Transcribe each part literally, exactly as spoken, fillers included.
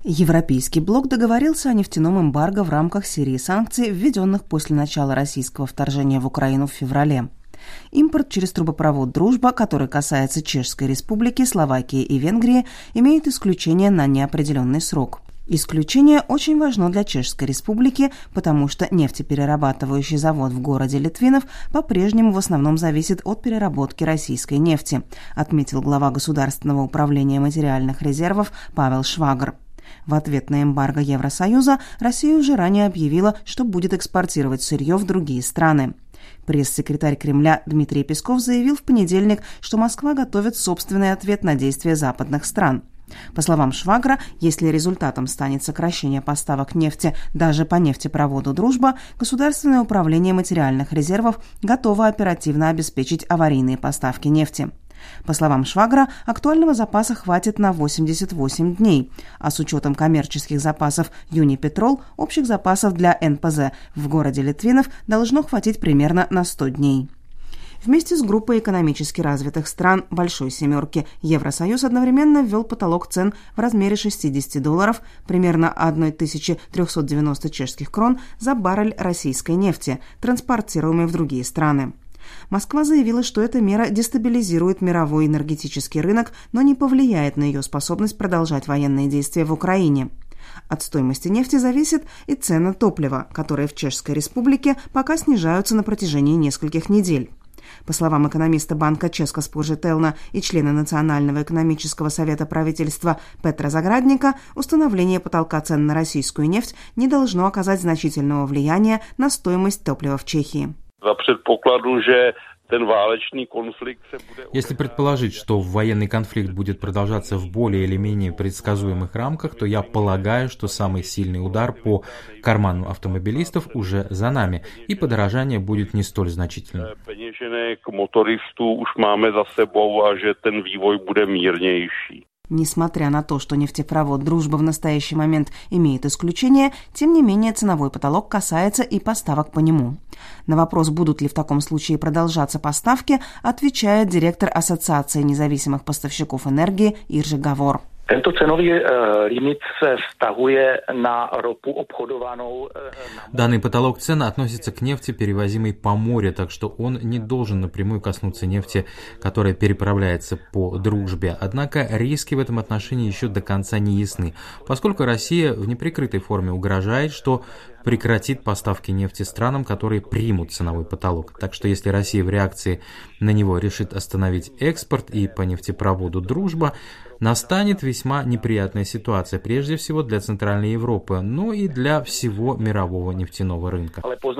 Европейский блок договорился о нефтяном эмбарго в рамках серии санкций, введенных после начала российского вторжения в Украину в феврале. Импорт через трубопровод «Дружба», который касается Чешской Республики, Словакии и Венгрии, имеет исключение на неопределенный срок. Исключение очень важно для Чешской Республики, потому что нефтеперерабатывающий завод в городе Литвинов по-прежнему в основном зависит от переработки российской нефти, отметил глава Государственного управления материальных резервов Павел Швагр. В ответ на эмбарго Евросоюза Россия уже ранее объявила, что будет экспортировать сырье в другие страны. Пресс-секретарь Кремля Дмитрий Песков заявил в понедельник, что Москва готовит собственный ответ на действия западных стран. По словам Швагра, если результатом станет сокращение поставок нефти даже по нефтепроводу «Дружба», Государственное управление материальных резервов готово оперативно обеспечить аварийные поставки нефти. По словам Швагра, актуального запаса хватит на восемьдесят восемь дней, а с учетом коммерческих запасов «Юнипетрол» общих запасов для эн пэ зэ в городе Литвинов должно хватить примерно на сто дней. Вместе с группой экономически развитых стран «Большой семерки» Евросоюз одновременно ввел потолок цен в размере шестьдесят долларов, примерно тысяча триста девяносто чешских крон, за баррель российской нефти, транспортируемой в другие страны. Москва заявила, что эта мера дестабилизирует мировой энергетический рынок, но не повлияет на ее способность продолжать военные действия в Украине. От стоимости нефти зависит и цена топлива, которые в Чешской Республике пока снижаются на протяжении нескольких недель. По словам экономиста банка Česká spořitelna и члена Национального экономического совета правительства Петра Заградника, установление потолка цен на российскую нефть не должно оказать значительного влияния на стоимость топлива в Чехии. За предпокладу, že ten válečný konflikt se bude... Если предположить, что военный конфликт будет продолжаться в более или менее предсказуемых рамках, то я полагаю, что самый сильный удар по карману автомобилистов уже за нами, и подорожание будет не столь значительным. Peněženek motoristů už máme za sebou a že ten vývoj bude mírnější. Несмотря на то, что нефтепровод «Дружба» в настоящий момент имеет исключение, тем не менее ценовой потолок касается и поставок по нему. На вопрос, будут ли в таком случае продолжаться поставки, отвечает директор Ассоциации независимых поставщиков энергии Иржи Гавор. Tento cenový limit se vztahuje na ropu obchodovanou. Данный потолок цен относится к нефти, перевозимой по морю, так что он не должен напрямую коснуться нефти, которая переправляется по «Дружбе». Однако риски в этом отношении еще до конца не ясны, поскольку Россия в неприкрытой форме угрожает, что прекратит поставки нефти странам, которые примут ценовой потолок. Так что если Россия в реакции на него решит остановить экспорт и по нефтепроводу «Дружба», настанет весьма неприятная ситуация, прежде всего для Центральной Европы, но и для всего мирового нефтяного рынка.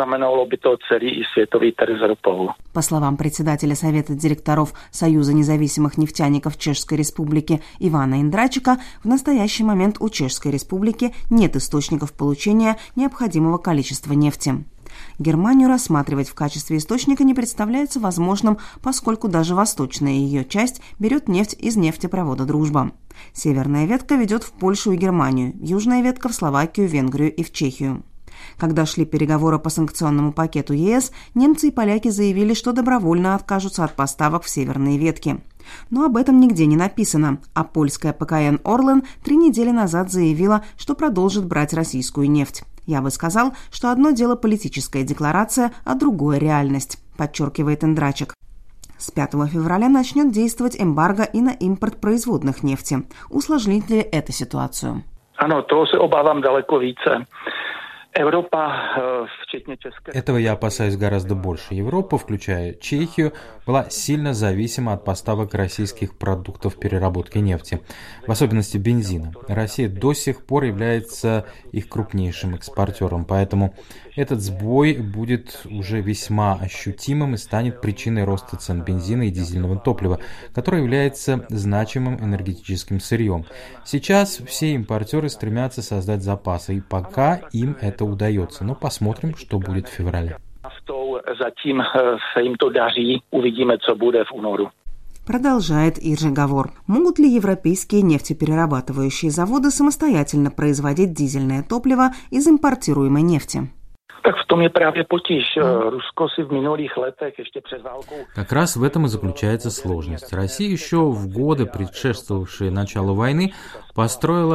По словам председателя Совета директоров Союза независимых нефтяников Чешской Республики Ивана Индрачика, в настоящий момент у Чешской Республики нет источников получения необходимого количества нефти. Германию рассматривать в качестве источника не представляется возможным, поскольку даже восточная ее часть берет нефть из нефтепровода «Дружба». Северная ветка ведет в Польшу и Германию, южная ветка в Словакию, Венгрию и в Чехию. Когда шли переговоры по санкционному пакету е эс, немцы и поляки заявили, что добровольно откажутся от поставок в северные ветки. Но об этом нигде не написано, а польская пэ ка эн «Орлен» три недели назад заявила, что продолжит брать российскую нефть. Я бы сказал, что одно дело политическая декларация, а другое реальность, подчеркивает Индрачик. С пятого февраля начнет действовать эмбарго и на импорт производных нефти. Усложнит ли это ситуацию? Ano, toho se obávám daleko více. Европа, вчетně České... Этого я опасаюсь гораздо больше. Европа, включая Чехию, была сильно зависима от поставок российских продуктов переработки нефти, в особенности бензина. Россия до сих пор является их крупнейшим экспортером, поэтому этот сбой будет уже весьма ощутимым и станет причиной роста цен бензина и дизельного топлива, которое является значимым энергетическим сырьем. Сейчас все импортеры стремятся создать запасы, и пока им это удается, но посмотрим, что будет в феврале. Затем им то daří, увидим, что будет в únoru. Продолжает Иржи Гавор. Могут ли европейские нефтеперерабатывающие заводы самостоятельно производить дизельное топливо из импортируемой нефти? Так в том и právě potíž. Rusko si v minulých letech ještě před válkou. Как раз в этом и заключается сложность. Россия еще в годы, предшествовавшие началу войны, построила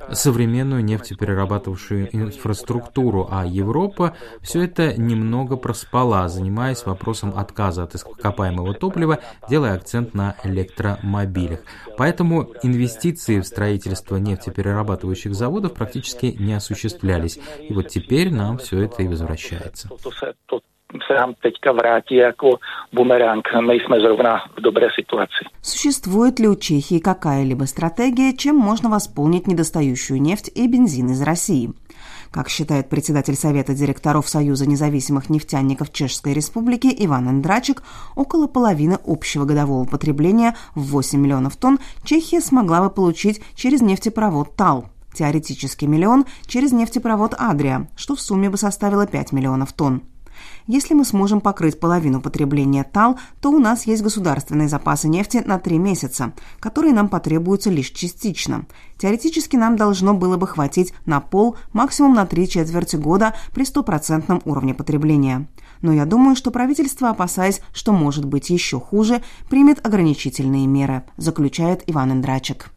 современную нефтеперерабатывающую инфраструктуру, а Европа все это немного проспала, занимаясь вопросом отказа от ископаемого топлива, делая акцент на электромобилях. Поэтому инвестиции в строительство нефтеперерабатывающих заводов практически не осуществлялись. И вот теперь нам все это и возвращается. se nám teďka vrátí jako бумеранг. Nejsme zrovna в доброй ситуации. Существует ли у Чехии какая-либо стратегия, чем можно восполнить недостающую нефть и бензин из России? Как считает председатель Совета директоров Союза независимых нефтяников Чешской Республики Иван Эндрачек, около половины общего годового потребления в восемь миллионов тонн Чехия смогла бы получить через нефтепровод ТАЛ. Теоретически миллион через нефтепровод Адрия, что в сумме бы составило пять миллионов тонн. Если мы сможем покрыть половину потребления ТАЛ, то у нас есть государственные запасы нефти на три месяца, которые нам потребуются лишь частично. Теоретически нам должно было бы хватить на пол, максимум на три четверти года при стопроцентном уровне потребления. Но я думаю, что правительство, опасаясь, что может быть еще хуже, примет ограничительные меры, заключает Иван Эндрачек.